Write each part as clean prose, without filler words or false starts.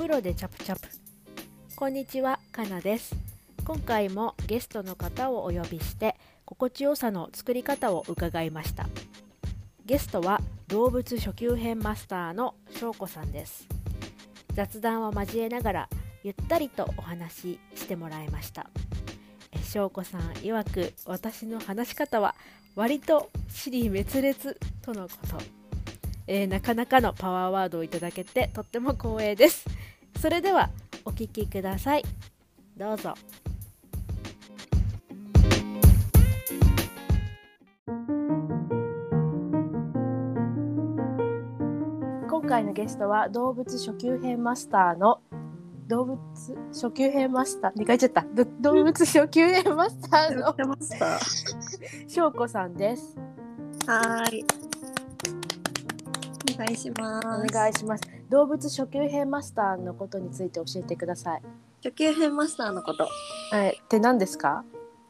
白でチャプチャプ。こんにちは、かなです。今回もゲストの方をお呼びして心地よさの作り方を伺いました。ゲストは動物初級編マスターのしょうこさんです。雑談を交えながらゆったりとお話ししてもらいました。しょうこさん曰く、私の話し方は割と支離滅裂とのこと。なかなかのパワーワードをいただけてとっても光栄です。それではお聞きください。どうぞ。今回のゲストは動物初級編マスターの動物初級編マスター2回言っちゃった動物初級編マスターのしょうこさんです。 はい、お願いします。 お願いします。動物初級編マスターのことについて教えてください。 初級編マスターのこと。 って何ですか？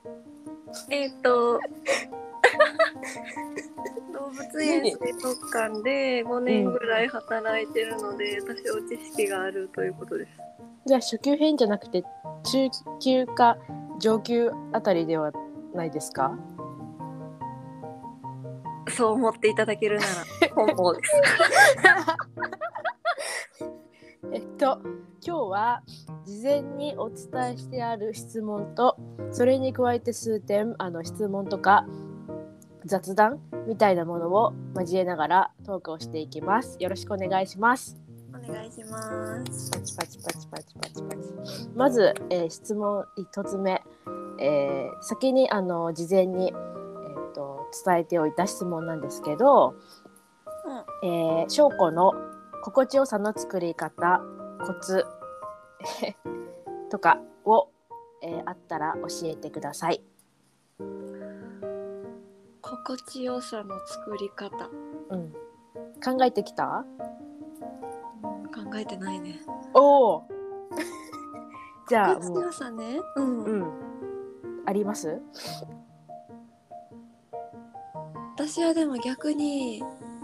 動物園水族館で5年ぐらい働いてるので、多少知識があるということです。 じゃあ初級編じゃなくて中級か上級あたりではないですか？ そう思っていただけるなら本望です。 今日は事前にお伝えしてある質問と、それに加えて数点質問とか雑談みたいなものを交えながらトークをしていきます。よろしくお願いします。 お願いします。 パチパチパチパチパチパチ。まず、質問1つ目、先に事前に、伝えておいた質問なんですけど、しょうこの心地よさの作り方コツとかを、あったら教えてください。 心地よさの作り方、 考えてきた？ 考えてないね。 おおじゃあ心地よさね。 あります？ 私はでも逆に、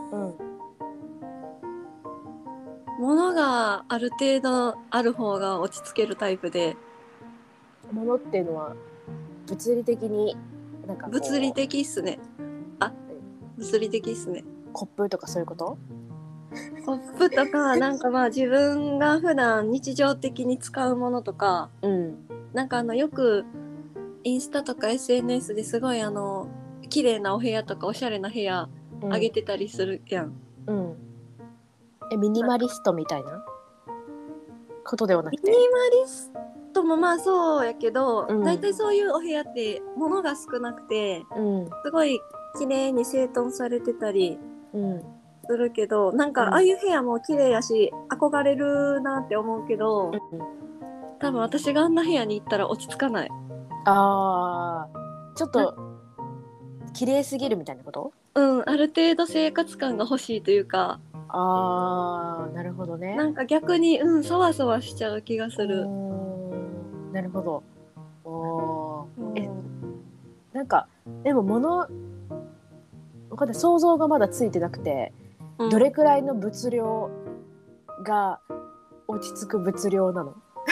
物がある程度ある方が落ち着けるタイプで。 物っていうのは物理的に物理的っすね。物理的っすね。 コップとかそういうこと？ コップとか自分が普段日常的に使うものとか、よくインスタとか SNS ですごい綺麗なお部屋とかおしゃれな部屋あげてたりするやん。 ミニマリストみたいなことではなくて、 ミニマリストもまあそうやけど、大体そういうお部屋って物が少なくて、すごい綺麗に整頓されてたりするけど、ああいう部屋も綺麗やし憧れるなって思うけど、多分私があんな部屋に行ったら落ち着かない。 ちょっと綺麗すぎるみたいなこと？ ある程度生活感が欲しいというか。 なるほどね。 逆にそわそわしちゃう気がする。 なるほど。でもわかんない、想像がまだついてなくて、どれくらいの物量が落ち着く物量なの？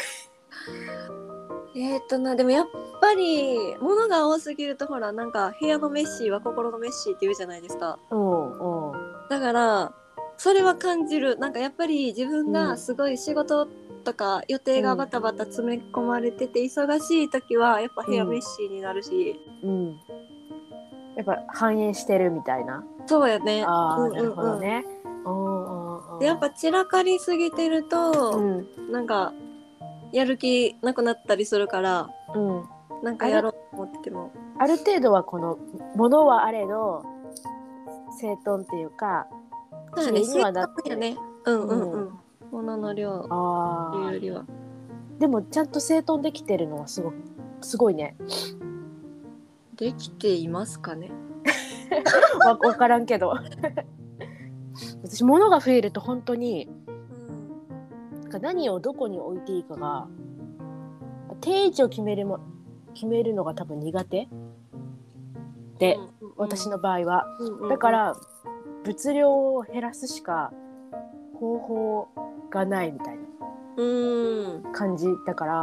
でもやっぱり物が多すぎるとほら部屋のメッシーは心のメッシーって言うじゃないですか。だからそれは感じる。やっぱり自分がすごい仕事とか予定がバタバタ詰め込まれてて忙しい時はやっぱ部屋メッシーになるし、 やっぱ反映してるみたいな。 そうやね。 なるほどね。 でやっぱ散らかりすぎてると、やる気なくなったりするから、やろうと思っててもある程度はこの物はあれど整頓っていうか綺麗にはなってるね。 物の量っていうよりは。 でもちゃんと整頓できてるのはすごいね。 できていますかね？ 分からんけど私物が増えると本当に、何をどこに置いていいかが定位置を決めるのが多分苦手で、私の場合は、だから物量を減らすしか方法がないみたいな。 感じだから、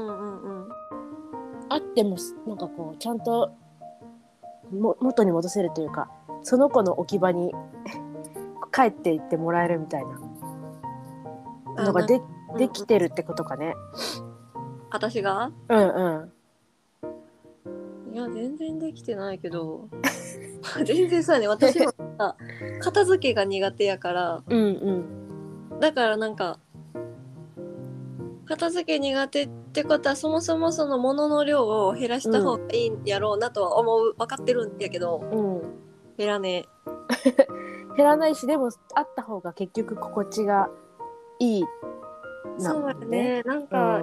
あってもなんかこうちゃんと元に戻せるというか、その子の置き場に帰っていってもらえるみたいなのができてるってことかね。 私が？ うんいや全然できてないけど全然そうやね。私もさ片付けが苦手やから、だからなんか片付け苦手ってことはそもそもその物の量を減らした方がいいんやろうなとは分かってるんやけど、減らねえ減らないし、でもあった方が結局心地がいいなんだね。そうやね。なんか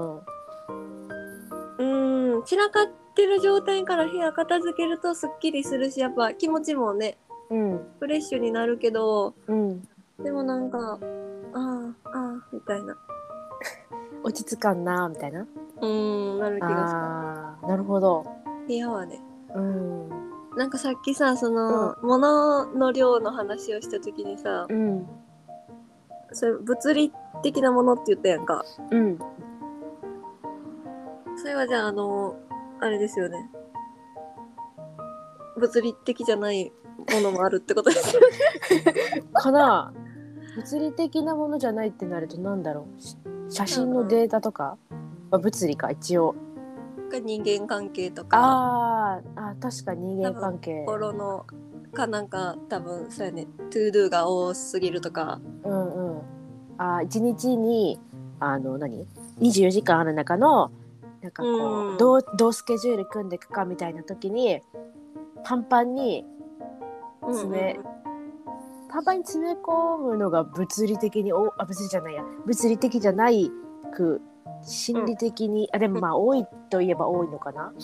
散らかってる状態から部屋片付けるとすっきりするし、やっぱ気持ちもね、フレッシュになるけど、でもなんかみたいな落ち着かんなみたいななる気がする。なるほど。 部屋はね、なんかさっきさその、物の量の話をした時にさ、それ物理的なものって言ったやんか。それはじゃああれですよね。物理的じゃないものもあるってことですよね。 かな。物理的なものじゃないってなるとなんだろう。写真のデータとか、物理か一応。 人間関係とか。 確かに人間関係。 心のかなんか多分そうやね。トゥードゥが多すぎるとか。 1日に24時間ある中のなんかこう、どうスケジュール組んでいくかみたいな時にパンパンに詰め込むのが物理的に物理的じゃないく心理的に、でもまあ多いといえば多いのかな。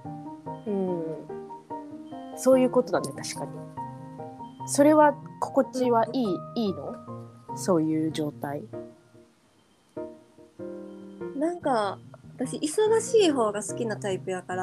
そういうことだね。確かにそれは心地はいいの？そういう状態。 なんか私忙しい方が好きなタイプやから、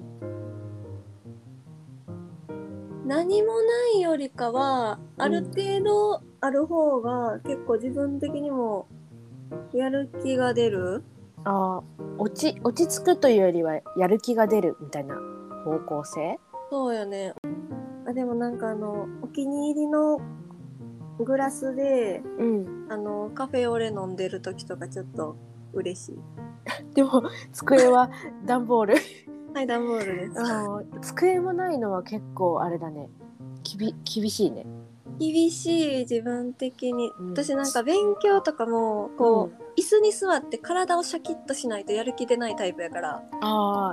何もないよりかはある程度ある方が結構自分的にもやる気が出る。 落ち着くというよりはやる気が出るみたいな方向性。 そうよね。でもなんかお気に入りのグラスで、カフェオレ飲んでる時とかちょっと嬉しい。 でも机は段ボールはい、段ボールです。 机もないのは結構あれだね。厳しいね。 厳しい自分的に、私なんか勉強とかもこう、椅子に座って体をシャキッとしないとやる気出ないタイプやから。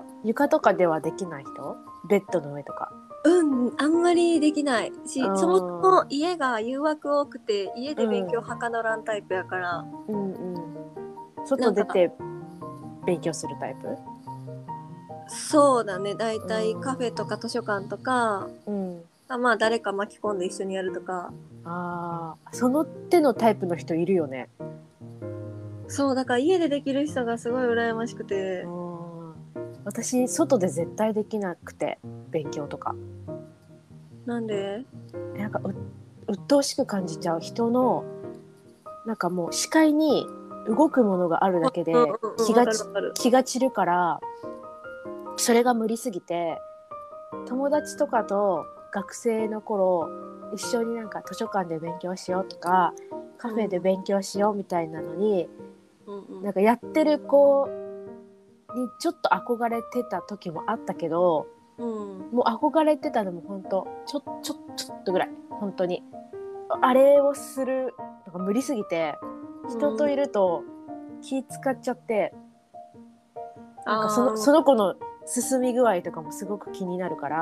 床とかではできない人？ベッドの上とか。 あんまりできないし、そもそも家が誘惑多くて家で勉強はかどらんタイプやから、 外出て勉強するタイプ？ そうだね。だいたいカフェとか図書館とか、まあ誰か巻き込んで一緒にやるとか。 その手のタイプの人いるよね。 そうだから家でできる人がすごい羨ましくて。 私外で絶対できなくて、勉強とか。 なんで？ なんか鬱陶しく感じちゃう。人のなんかもう視界に動くものがあるだけで気が散るから、それが無理すぎて、友達とかと学生の頃一緒になんか図書館で勉強しようとかカフェで勉強しようみたいなのに、なんかやってる子にちょっと憧れてた時もあったけど、もう憧れてたのも本当ちょっとぐらい、本当にあれをするのが無理すぎて、人といると気使っちゃって、なんかその子の進み具合とかもすごく気になるから、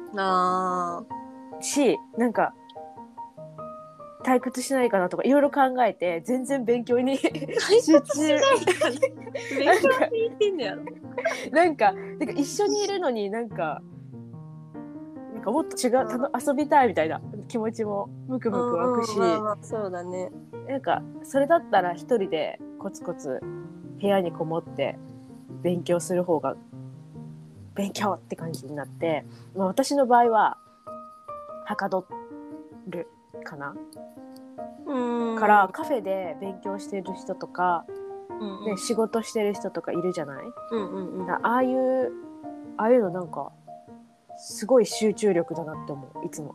なんか退屈しないかなとかいろいろ考えて、全然勉強に集中勉強に行ってんねやろ。 なんか一緒にいるのになんかもっと違う遊びたいみたいな気持ちもムクムク湧くし、 そうだね。 なんかそれだったら一人でコツコツ部屋にこもって勉強する方が勉強って感じになって、私の場合ははかどるかな。 からカフェで勉強してる人とか、ね、仕事してる人とかいるじゃない、ああいうのなんかすごい集中力だなって思ういつも。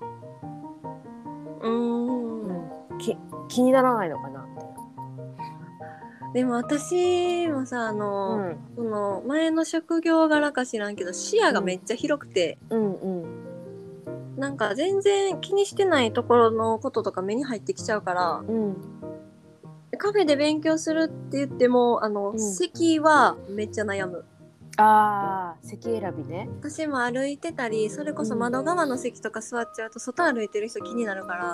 気にならないのかなみたいな。 でも私もさその前の職業柄か知らんけど視野がめっちゃ広くて、なんか全然気にしてないところのこととか目に入ってきちゃうから、カフェで勉強するって言っても席はめっちゃ悩む。 席選びね。 私も歩いてたりそれこそ窓側の席とか座っちゃうと外歩いてる人気になるから、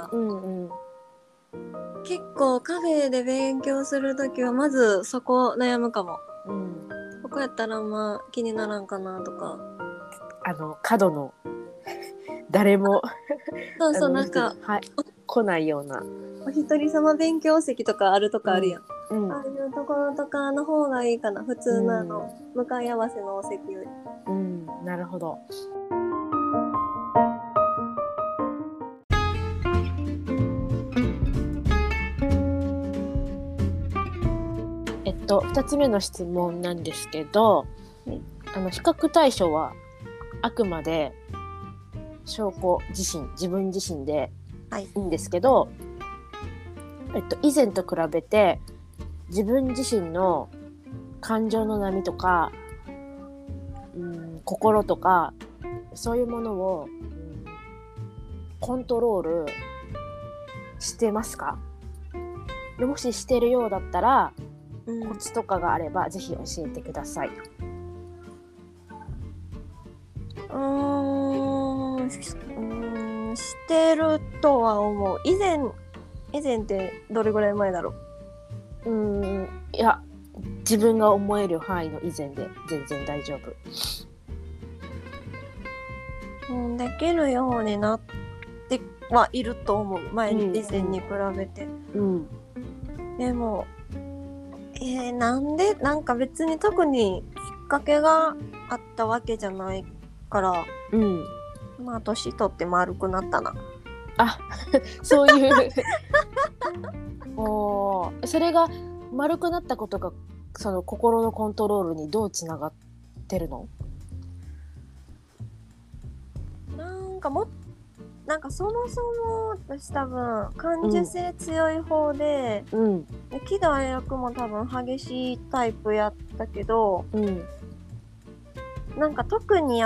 結構カフェで勉強するときはまずそこ悩むかも。ここやったらあんま気にならんかなとか。 角の誰もそうなんか、 来ないようなお一人様勉強席とかあるとかあるやん。ああいうところとかの方がいいかな。普通の向かい合わせのお席より。 なるほど。2つ目の質問なんですけど、比較対象はあくまで証拠自分自身でいいんですけど、以前と比べて自分自身の感情の波とか、心とかそういうものを、コントロールしてますか？もししてるようだったら、コツとかがあればぜひ教えてください。 してるとは思う。以前ってどれぐらい前だろう？ いや、自分が思える範囲の以前で全然大丈夫。できるようになってはいると思う。以前に比べて。でもなんか別に特にきっかけがあったわけじゃないから、年取って丸くなったな。 そういうそれが丸くなったことがその心のコントロールにどうつながってるの？ なんかそもそも私多分感受性強い方で、喜怒哀楽も多分激しいタイプやったけど、なんか特に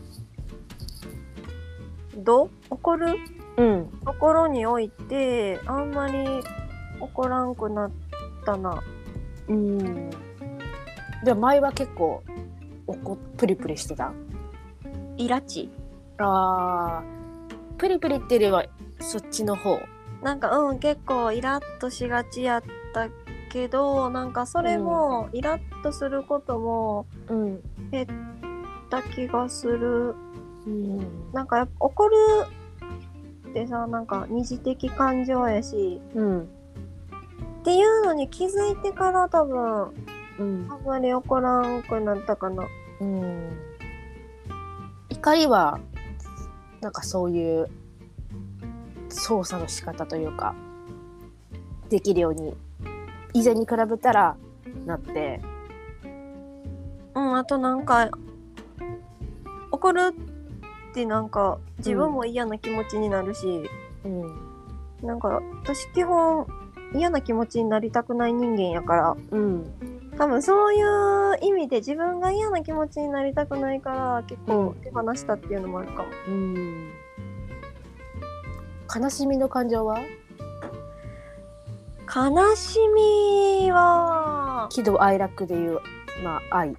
怒る、ところにおいてあんまり怒らんくなったな。 でも前は結構プリプリしてた？ イラチ？ プリプリっていうよりはそっちの方。 なんか結構イラッとしがちやったけど、なんかそれもイラッとすることも減った気がする。なんかやっぱ怒るってさ、なんか二次的感情やし、っていうのに気づいてから多分、あんまり怒らんくなったかな。 怒りはなんかそういう操作の仕方というかできるように以前に比べたらなって、 あとなんか怒るってなんか自分も嫌な気持ちになるし、なんか私基本嫌な気持ちになりたくない人間やから、多分そういう意味で自分が嫌な気持ちになりたくないから結構手放したっていうのもあるかも。 悲しみの感情は？ 悲しみは喜怒哀楽でいう愛。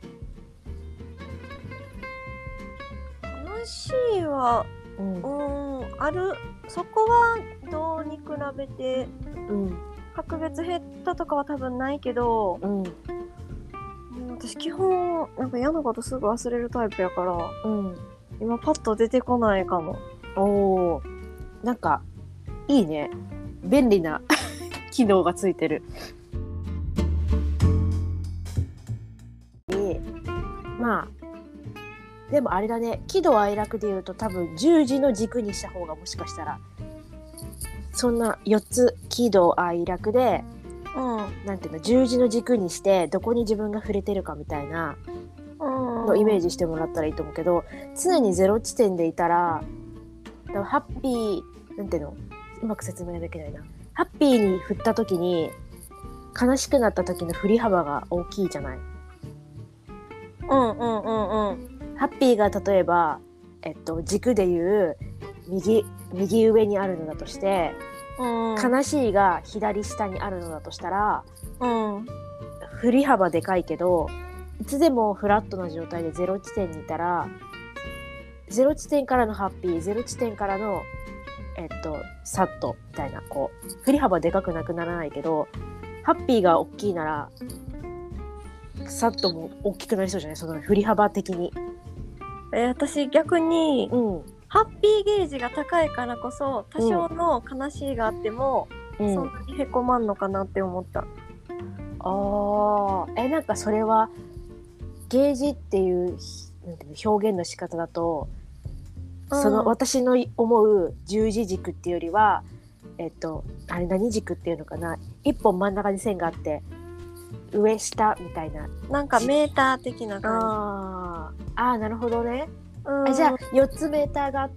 悲しいはある。そこはどうに比べて、格別減ったとかは多分ないけど、私基本なんか嫌なことすぐ忘れるタイプやから、今パッと出てこないかも。 なんかいいね、便利な機能がついてる。でもあれだね、喜怒哀楽でいうと多分十字の軸にした方がもしかしたらそんな4つ喜怒哀楽で、なんていうの、十字の軸にしてどこに自分が触れてるかみたいなのをイメージしてもらったらいいと思うけど、常にゼロ地点でいたら、ハッピー、なんていうの、うまく説明できないな。ハッピーに振った時に悲しくなった時の振り幅が大きいじゃない。ハッピーが例えば、軸でいう右上にあるのだとして、悲しいが左下にあるのだとしたら、振り幅でかいけど、いつでもフラットな状態でゼロ地点にいたら、ゼロ地点からのハッピー、ゼロ地点からのサッとみたいな、こう振り幅でかくなくならないけど、ハッピーが大きいならサッとも大きくなりそうじゃない？その振り幅的に。 私逆に、ハッピーゲージが高いからこそ多少の悲しいがあっても、そんなにへこまんのかなって思った。 なんかそれはゲージっていう表現の仕方だと、その私の思う十字軸っていうよりは、あれ何軸っていうのかな、一本真ん中に線があって上下みたいな、 なんかメーター的な感じ。 なるほどね。じゃあ4つメーターがあって、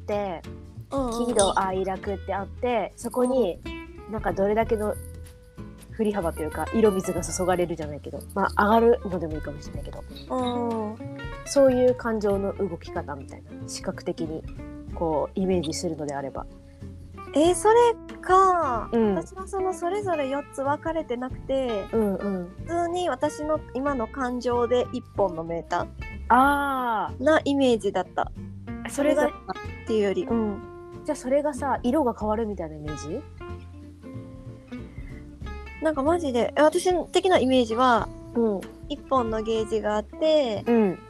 喜怒哀楽ってあって、そこになんかどれだけの振り幅というか色水が注がれるじゃないけど、上がるのでもいいかもしれないけど、そういう感情の動き方みたいな、視覚的にこうイメージするのであれば、 それか、私はそれぞれ4つ分かれてなくて、普通に私の今の感情で1本のメーターなイメージだった。それがっていうより、 じゃあそれがさ、色が変わるみたいなイメージ？ なんかマジで私的なイメージは、1本のゲージがあって、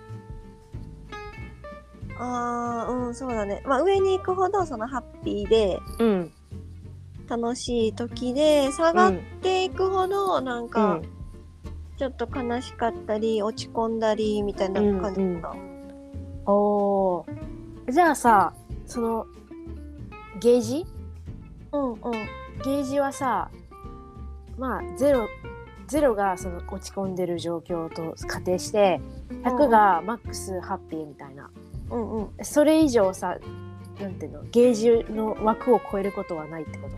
そうだね。上に行くほどそのハッピーで、楽しい時で、下がっていくほどなんか、ちょっと悲しかったり落ち込んだりみたいな感じかな。 じゃあさ、そのゲージ？ゲージはさ、ゼロがその落ち込んでる状況と仮定して、100がマックスハッピーみたいな。それ以上さ、なんていうの、ゲージの枠を超えることはないってこと？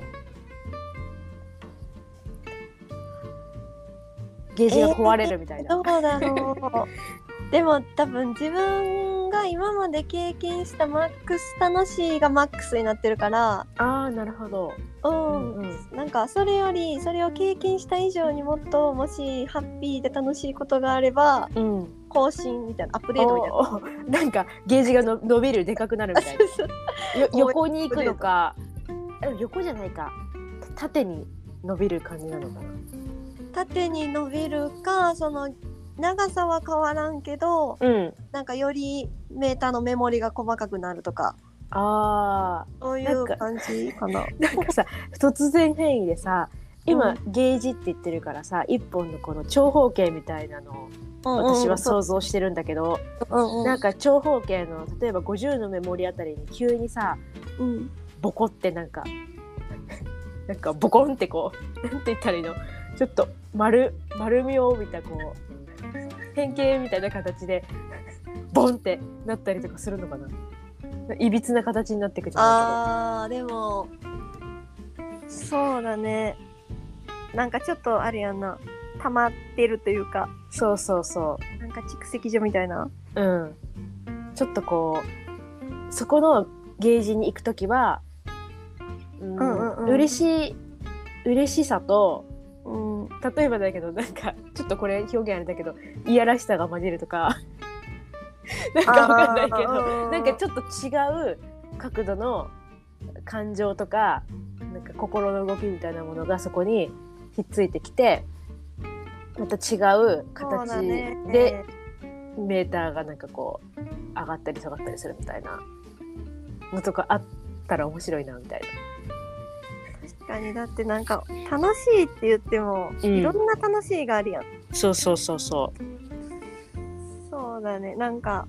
ゲージが壊れるみたいな。 どうだろう。でも多分自分が今まで経験したマックス楽しいがマックスになってるから。 なるほど。 なんかそれを経験した以上にもっともしハッピーで楽しいことがあれば、更新みたいな、アップデートみたいな。 なんかゲージが伸びる、でかくなるみたいな。横に行くのか、横じゃないか、縦に伸びる感じなのかな。 縦に伸びるか、その長さは変わらんけど、なんかよりメーターのメモリが細かくなるとか。そういう感じかな。 なんかさ、突然変異でさ、今、ゲージって言ってるからさ、一本のこの長方形みたいなのを私は想像してるんだけど、なんか長方形の例えば50のメモリあたりに急にさ、ボコってなんかボコンってこう、なんて言ったらいいの、ちょっと丸みを帯びたこう変形みたいな形でボンってなったりとかするのかな。いびつな形になってくじゃないけど。 でもそうだね。なんかちょっとあれやな、溜まってるというか。 そうなんか蓄積所みたいな。 ちょっとこうそこのゲージに行くときは、嬉しさと、例えばだけど、なんかちょっとこれ表現あれだけど、いやらしさが混じるとかなんかわかんないけど、なんかちょっと違う角度の感情とか、なんか心の動きみたいなものがそこにひっついてきて、また違う形でメーターがなんかこう上がったり下がったりするみたいなのとかあったら面白いなみたいな。 確かに、だってなんか楽しいって言っても、いろんな楽しいがあるやん。 そうそうだね。なんか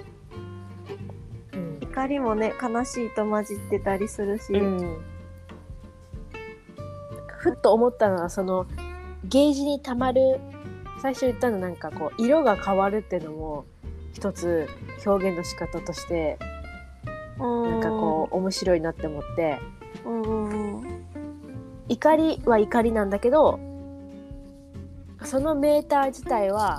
怒りもね、悲しいと混じってたりするし、 ふっと思ったのはそのゲージにたまる最初言ったのなんかこう色が変わるっていうのも一つ表現の仕方としてなんかこう面白いなって思って、怒りは怒りなんだけどそのメーター自体は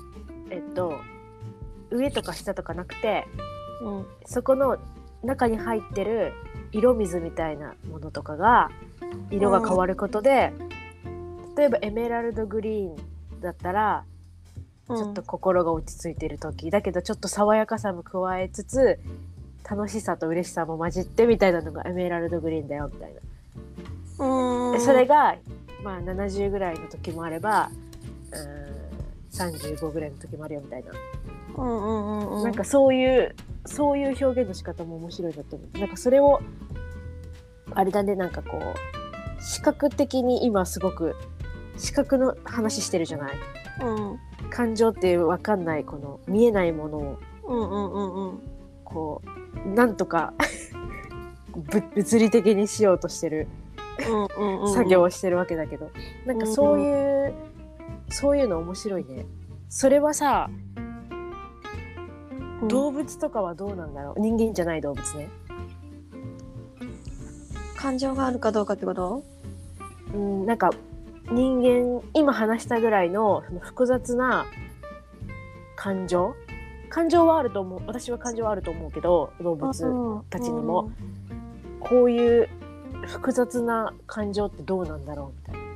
上とか下とかなくて、そこの中に入ってる色水みたいなものとかが色が変わることで、例えばエメラルドグリーンだったらちょっと心が落ち着いてる時だけどちょっと爽やかさも加えつつ楽しさと嬉しさも混じってみたいなのがエメラルドグリーンだよみたいな。でそれが、まあ、70ぐらいの時もあれば35ぐらいの時もあるよみたいな、なんかそういう表現の仕方も面白いなと思う。なんかそれをあれだね、なんかこう視覚的に今すごく視覚の話してるじゃない、感情っていう分かんないこの見えないものを、こうなんとか物理的にしようとしてる作業をしてるわけだけど、なんかそういうの面白いね。それはさ、動物とかはどうなんだろう。人間じゃない動物ね。 感情があるかどうかってこと？ なんか人間今話したぐらいの複雑な感情はあると思う。私は感情はあると思うけど、動物たちにもこういう複雑な感情ってどうなんだろうみ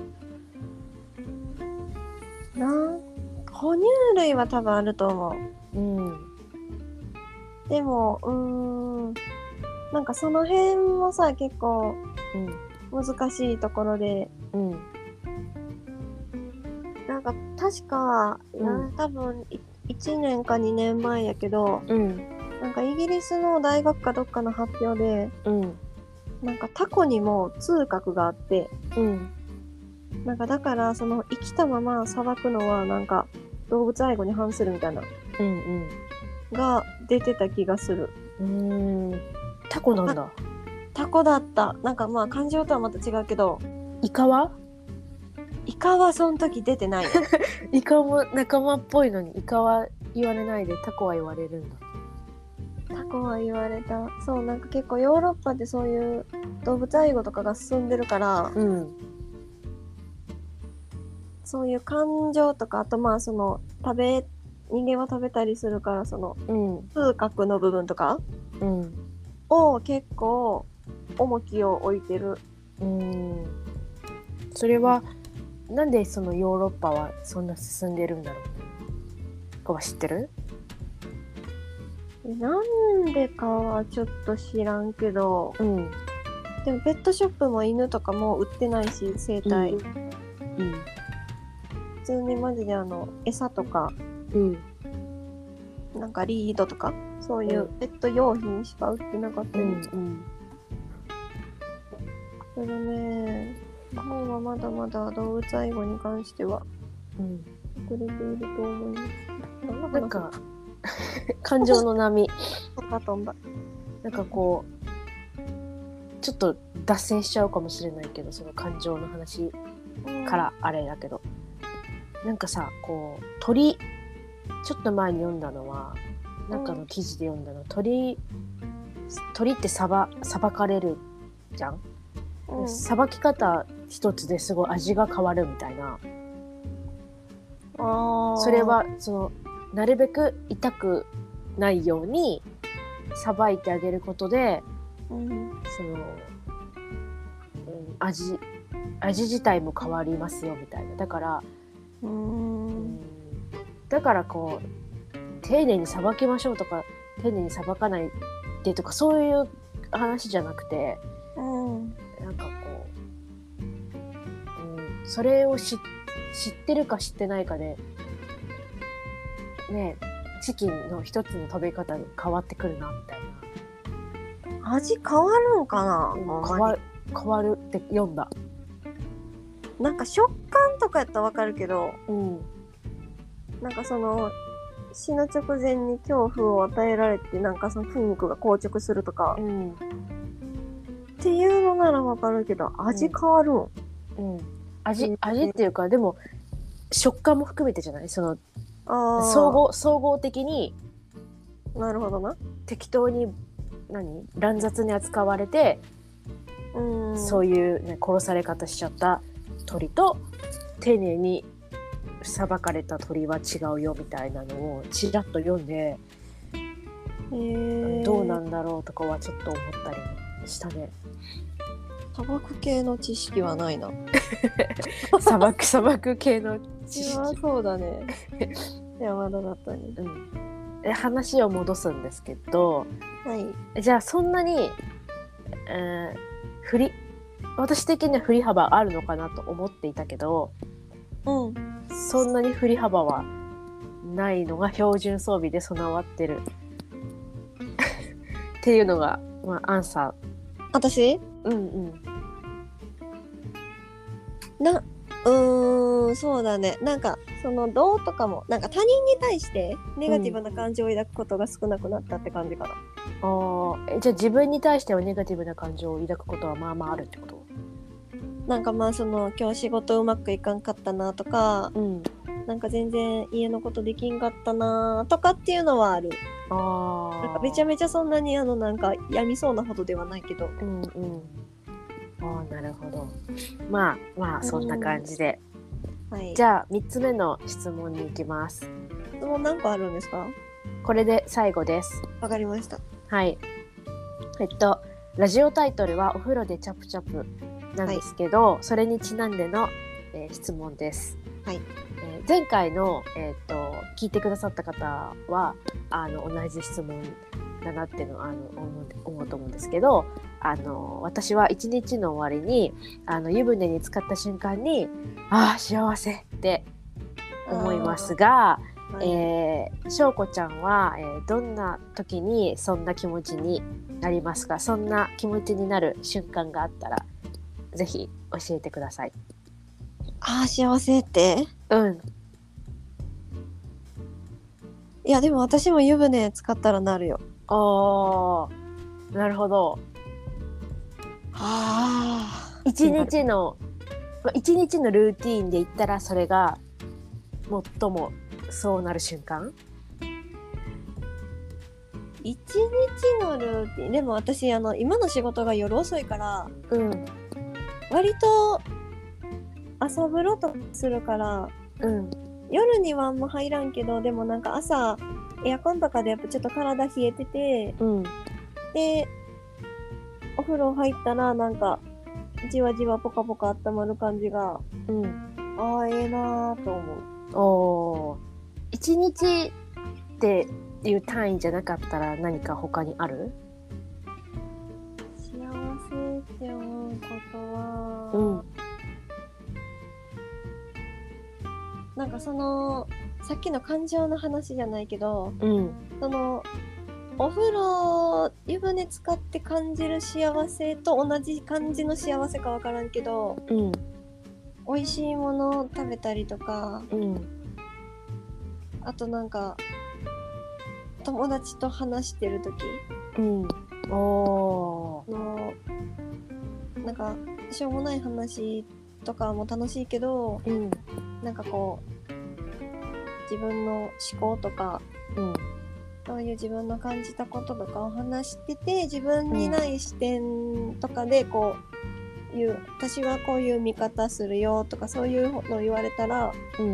たいな。 哺乳類は多分あると思う。でもなんかその辺もさ結構難しいところで、なんか確か、多分1年か2年前やけど、なんかイギリスの大学かどっかの発表で、なんかタコにも痛覚があって、なんかだからその生きたままさばくのはなんか動物愛護に反するみたいな、が出てた気がする。 タコなんだ。 タコだった。なんかまあ感情とはまた違うけど。 イカはその時出てないよ。 イカも仲間っぽいのにイカは言われないでタコは言われるんだ。 タコは言われた。そう、なんか結構ヨーロッパってそういう動物愛護とかが進んでるから、そういう感情とか、あとまあその人間は食べたりするからその、痛覚の部分とか、を結構重きを置いてる。 それはなんでそのヨーロッパはそんな進んでるんだろう。ここは知ってる？ なんでかはちょっと知らんけど、でもペットショップも犬とかも売ってないし生態、普通にマジで餌とか、なんかリードとかそういうペット用品しか売ってなかったり、それね、日本はまだまだ動物愛護に関しては遅れていると思います。 なんか感情の波飛んだ。 なんかこうちょっと脱線しちゃうかもしれないけど、その感情の話からあれだけど、なんかさこう鳥ちょっと前に読んだのはなんかの記事で読んだの、鳥ってさばかれるじゃん。さばき方一つですごい味が変わるみたいな。それはそのなるべく痛くないようにさばいてあげることで、その、味自体も変わりますよみたいな。だからこう丁寧にさばきましょうとか丁寧にさばかないでとかそういう話じゃなくて、なんかこう、それを知ってるか知ってないかでね、チキンの一つの食べ方が変わってくるなみたいな。 味変わるんかな？ 変わるって読んだ。 なんか食感とかやったらわかるけど、なんかその死の直前に恐怖を与えられてなんかその筋肉が硬直するとか、っていうのならわかるけど味変わるん？ うん、味っていうか、でも食感も含めてじゃない？その総合的に、 なるほどな。 適当に乱雑に扱われて、そういう、ね、殺され方しちゃった鳥と丁寧に裁かれた鳥は違うよみたいなのをちらっと読んで、どうなんだろうとかはちょっと思ったりしたね。 砂漠系の知識はないな。 砂漠系の知識。 そうだね。山田だったね。 話を戻すんですけど、 はい、 じゃあそんなに、私的には振り幅あるのかなと思っていたけど、そんなに振り幅はないのが標準装備で備わってるっていうのが、アンサー。 私？そうだね。なんかそのどうとかもなんか他人に対してネガティブな感情を抱くことが少なくなったって感じかな。 じゃあ自分に対してはネガティブな感情を抱くことはまあまああるってこと？ なんかその今日仕事うまくいかんかったなとか、なんか全然家のことできんかったなとかっていうのはある。なんかめちゃめちゃそんなになんか病みそうなほどではないけど。 なるほど。まあそんな感じで、 はい、 じゃあ3つ目の質問に行きます。 質問何個あるんですか？ これで最後です。 わかりました。 はい。ラジオタイトルはお風呂でチャプチャプなんですけど、それにちなんでの、質問です。 はい。 前回の、聞いてくださった方は同じ質問だなっていうのを思うと思うんですけど、私は一日の終わりに湯船に浸かった瞬間に幸せって思いますが、しょうこちゃんは、どんな時にそんな気持ちになりますか？そんな気持ちになる瞬間があったらぜひ教えてください。 幸せって？いやでも私も湯船使ったらなるよ。 なるほど。一日のルーティーンで言ったらそれが最もそうなる瞬間？ 一日のルーティンでも私今の仕事が夜遅いから、割と朝風呂とかするから、夜にはあんま入らんけど、でもなんか朝エアコンとかでやっぱちょっと体冷えてて、でお風呂入ったらなんかじわじわポカポカ温まる感じが、ええなーと思う。 一日っていう単位じゃなかったら何か他にある？ 幸せって思うことは、なんかそのさっきの感情の話じゃないけど、そのお風呂湯船使って感じる幸せと同じ感じの幸せか分からんけど、美味しいものを食べたりとか、あとなんか友達と話してる時、なんかしょうもない話とかも楽しいけど、なんかこう自分の思考とか、そういう自分の感じたこととかを話してて、自分にない視点とかでこう私はこういう見方するよとかそういうのを言われたら、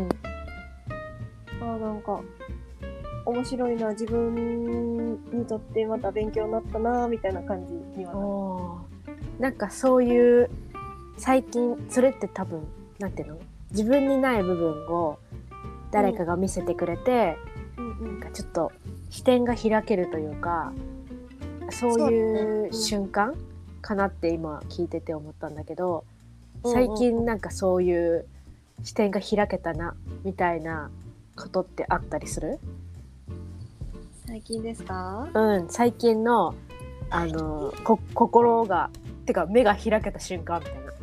なんか面白いな、自分にとってまた勉強になったなみたいな感じにはなる。 なんかそういう最近それって多分なんていうの、自分にない部分を誰かが見せてくれて、なんかちょっと視点が開けるというか、そういう瞬間かなって今聞いてて思ったんだけど、最近なんかそういう視点が開けたなみたいなことってあったりする？ 最近ですか？ 最近の心がてか目が開けた瞬間みたいな。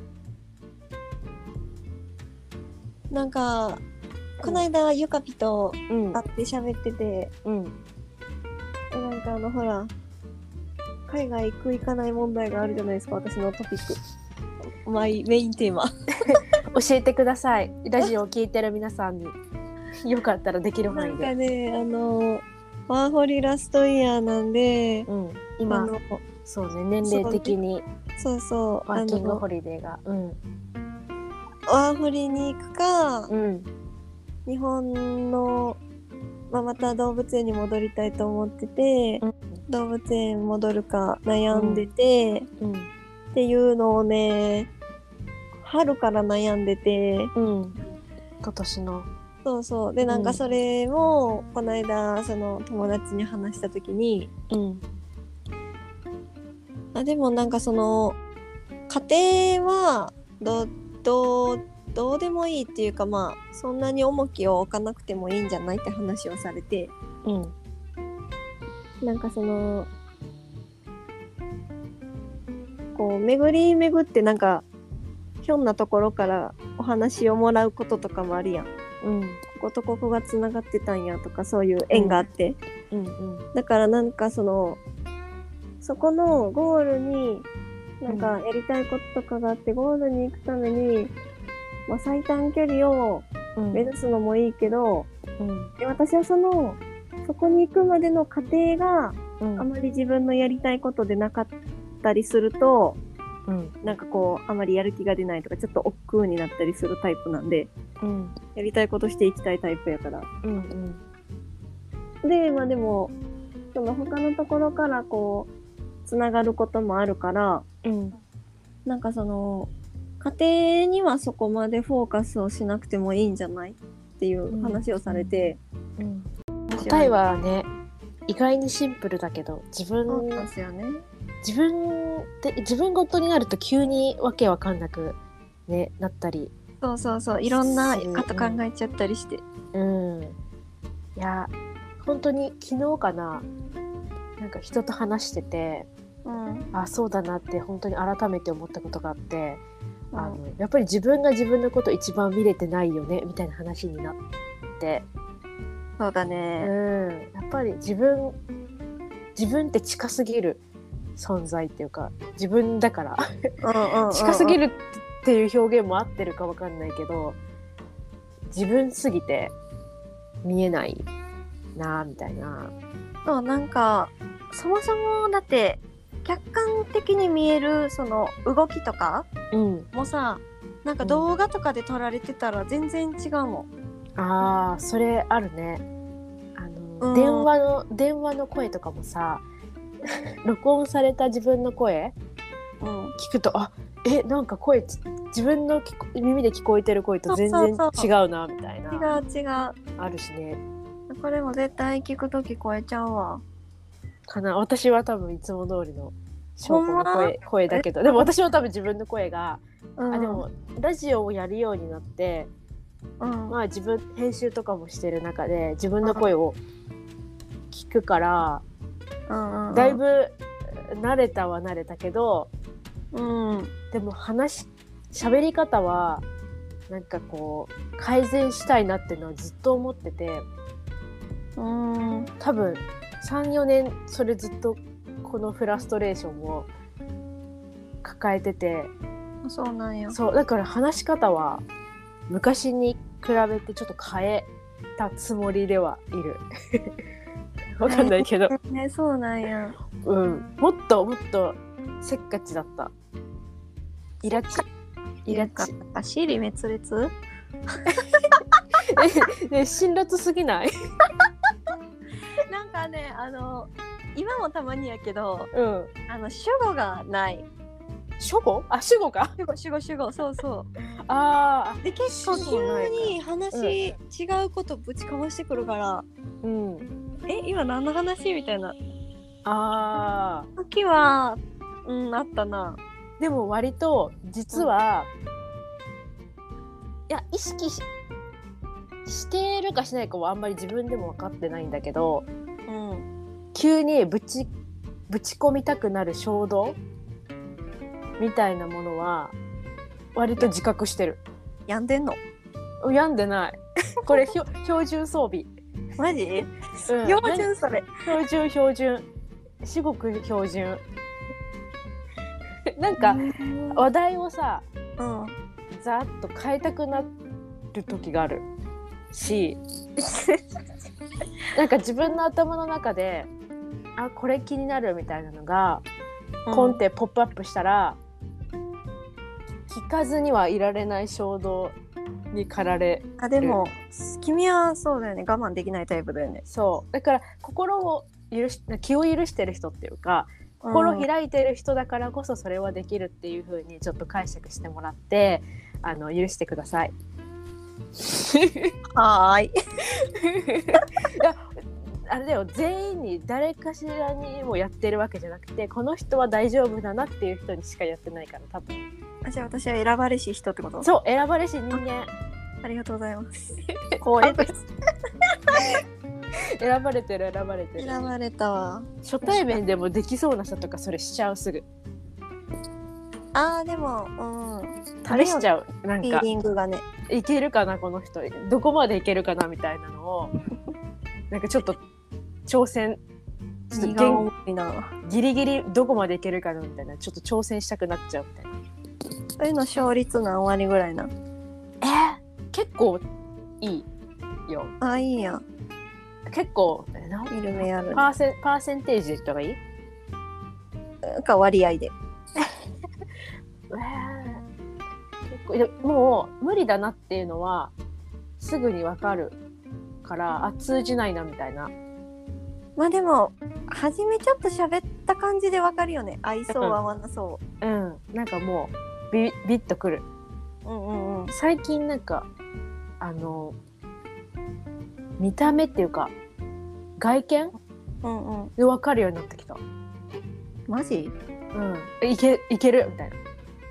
なんかこの間ゆかぴと会って喋ってて、なんかほら海外行く行かない問題があるじゃないですか、私のトピック。 メインテーマ教えてください。ラジオを聞いてる皆さんによかったらできる範囲で。 なんかねワーホリラストイヤーなんで、 今そうね、年齢的にそうワーキングホリデーが、 ワーホリに行くか、日本の、また動物園に戻りたいと思ってて、動物園戻るか悩んでて、っていうのをね春から悩んでて、 今年のそうでなんかそれもこの間その友達に話した時に、でもなんかその家庭はどうでもいいっていうか、まあそんなに重きを置かなくてもいいんじゃないって話をされて、なんかそのこう巡り巡ってなんかひょんなところからお話をもらうこととかもあるやん。こことここがつながってたんやとか、そういう縁があって、だからなんかそこのゴールになんかやりたいこととかがあって、ゴールに行くために、最短距離を目指すのもいいけど、私はそこに行くまでの過程があまり自分のやりたいことでなかったりすると、なんかこうあまりやる気が出ないとか、ちょっと億劫になったりするタイプなんで、やりたいことしていきたいタイプやから、ででもその他のところからこうつながることもあるから、なんかその家庭にはそこまでフォーカスをしなくてもいいんじゃないっていう話をされて、 答えはね意外にシンプルだけど、自分ごとになると急にわけわかんなく、なったり、 いろんなこと考えちゃったりして、 いや本当に昨日かな、なんか人と話してて、そうだなって本当に改めて思ったことがあって、やっぱり自分が自分のこと一番見れてないよねみたいな話になって。 そうだね、 やっぱり自分って近すぎる存在っていうか、自分だから近すぎるっていう表現も合ってるか分かんないけど、自分すぎて見えないなみたいな。 なんかそもそもだって客観的に見えるその動きとかもさ、なんか動画とかで撮られてたら全然違うもん。 それあるね。電話の声とかもさ録音された自分の声、聞くとなんか声自分の耳で聞こえてる声と全然違うなみたいな。 違うあるしね。 これも絶対聞くと聞こえちゃうわかな。私は多分いつも通りの翔子の声だけど、でも私は多分自分の声が、でもラジオをやるようになって、自分編集とかもしてる中で自分の声を聞くから、だいぶ慣れたけど、でも喋り方はなんかこう改善したいなっていうのはずっと思ってて、多分 3,4 年それずっとこのフラストレーションを抱えてて。 そうなんや。 そうだから話し方は昔に比べてちょっと変えたつもりではいるわかんないけど、 そうなんや。 もっとせっかちだった。イラチシリ滅裂辛辣すぎないなんかね今もたまにやけど、主語がない。 主語か。 主語そうそう。で結構急に話、違うことぶちかましてくるから、今何の話みたいな時はあったな。 でも割と実は、いや意識してるかしないかはあんまり自分でも分かってないんだけど、急にぶち込みたくなる衝動みたいなものは割と自覚してる。 病んでんの？ 病んでないこれ標準装備。 マジ？標準それ。 標準至極標準なんか話題をさ、 うん、 ざーっと変えたくなる時があるしなんか自分の頭の中でこれ気になるみたいなのがポンってポップアップしたら、聞かずにはいられない衝動に駆られる。 でも君はそうだよね、我慢できないタイプだよね。 そうだから気を許してる人っていうか、心開いてる人だからこそそれはできるっていう風にちょっと解釈してもらって許してください。 はーい。 いやあれだよ、全員に誰かしらにもやってるわけじゃなくて、この人は大丈夫だなっていう人にしかやってないから、多分。 じゃあ私は選ばれし人ってこと？ そう、選ばれし人間。 ありがとうございます。光栄です。 選ばれてる。 選ばれたわ。 初対面でもできそうな人とかそれしちゃう、すぐ。 でも、 試しちゃう。なんかフィーリングがね、 いけるかなこの人、どこまでいけるかなみたいなのをなんかちょっと挑戦、ちょっとギリギリどこまでいけるかなみたいな、ちょっと挑戦したくなっちゃうみたいな。 そういうの勝率何割ぐらいな？ 結構いいよ。 いいやん。 結構見る目ある。 パーセンテージで言った方がいいか割合で。 結構もう無理だなっていうのはすぐに分かるから通じないなみたいな。 まあでも初めちょっと喋った感じで分かるよね、合いそう合わなそう。 なんかもうビッとくる。最近なんか見た目っていうか外見、で分かるようになってきた。 マジ？ いけるみたいな。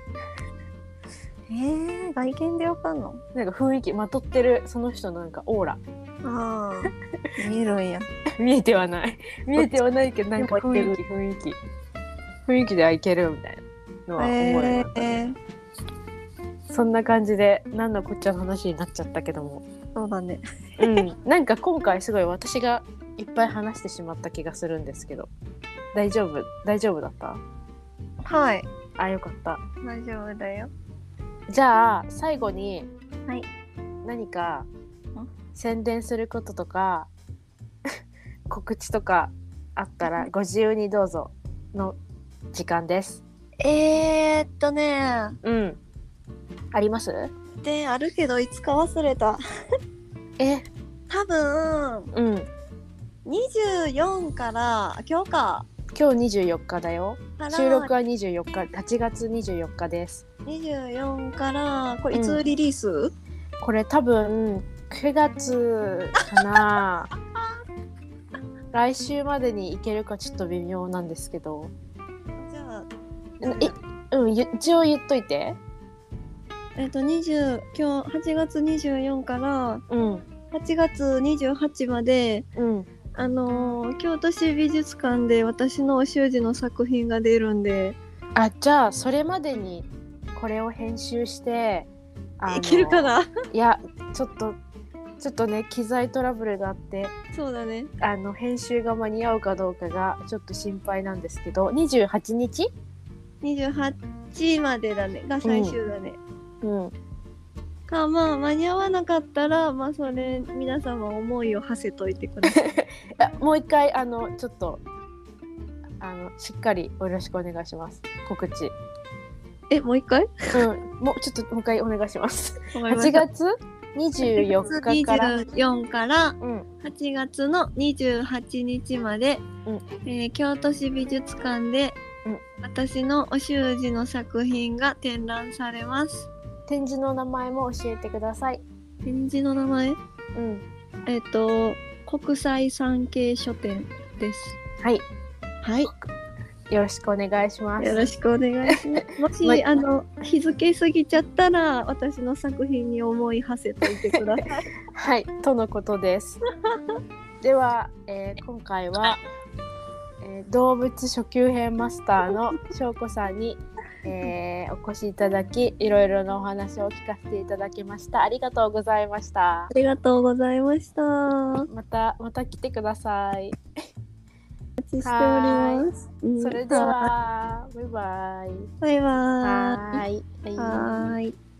外見で分かんの？ なんか雰囲気、まとってるその人のなんかオーラ。 見えるんや。 見えてはないけど、なんか雰囲気ではいけるみたいなのは思うようになったね。そんな感じで何のこっちゃの話になっちゃったけども。 そうだね。 なんか今回すごい私がいっぱい話してしまった気がするんですけど、大丈夫だった？ はい。 よかった。 大丈夫だよ。 じゃあ最後に、何か宣伝することとか告知とかあったらご自由にどうぞの時間です。あります？ あるけどいつか忘れた。多分、24から今日 24日だよ。収録は24日、8月24日です。 24からこれいつリリース？ これ多分9月かな。来週までに行けるかちょっと微妙なんですけど。 じゃあ一応言っといて。 今日8月24から8月28まで、京都市美術館で私のお習字の作品が出るんで。 じゃあそれまでにこれを編集していけるかな？ いやちょっとね、機材トラブルがあって、 そうだね、 編集が間に合うかどうかがちょっと心配なんですけど、28日 28までだねが最終だね。間に合わなかったらそれ皆様思いを馳せといてください。 もう一回ちょっとしっかりよろしくお願いします。告知。 もう一回？ もう一回お願いします。8月24日から 24から8月の28日まで、京都市美術館で、私のお習字の作品が展覧されます。 展示の名前も教えてください。 展示の名前？国際産経書店です。はい。 よろしくお願いします。 よろしくお願いします。もし日付過ぎちゃったら私の作品に思い馳せといてください。 とのことです。では、今回は、動物初級編マスターの翔子さんに、お越しいただき、いろいろなお話を聞かせていただきました。ありがとうございました。 ありがとうございました。 また来てください。 ちしております。 それではバイバイ。 バイバイ。 はーい。 はーい。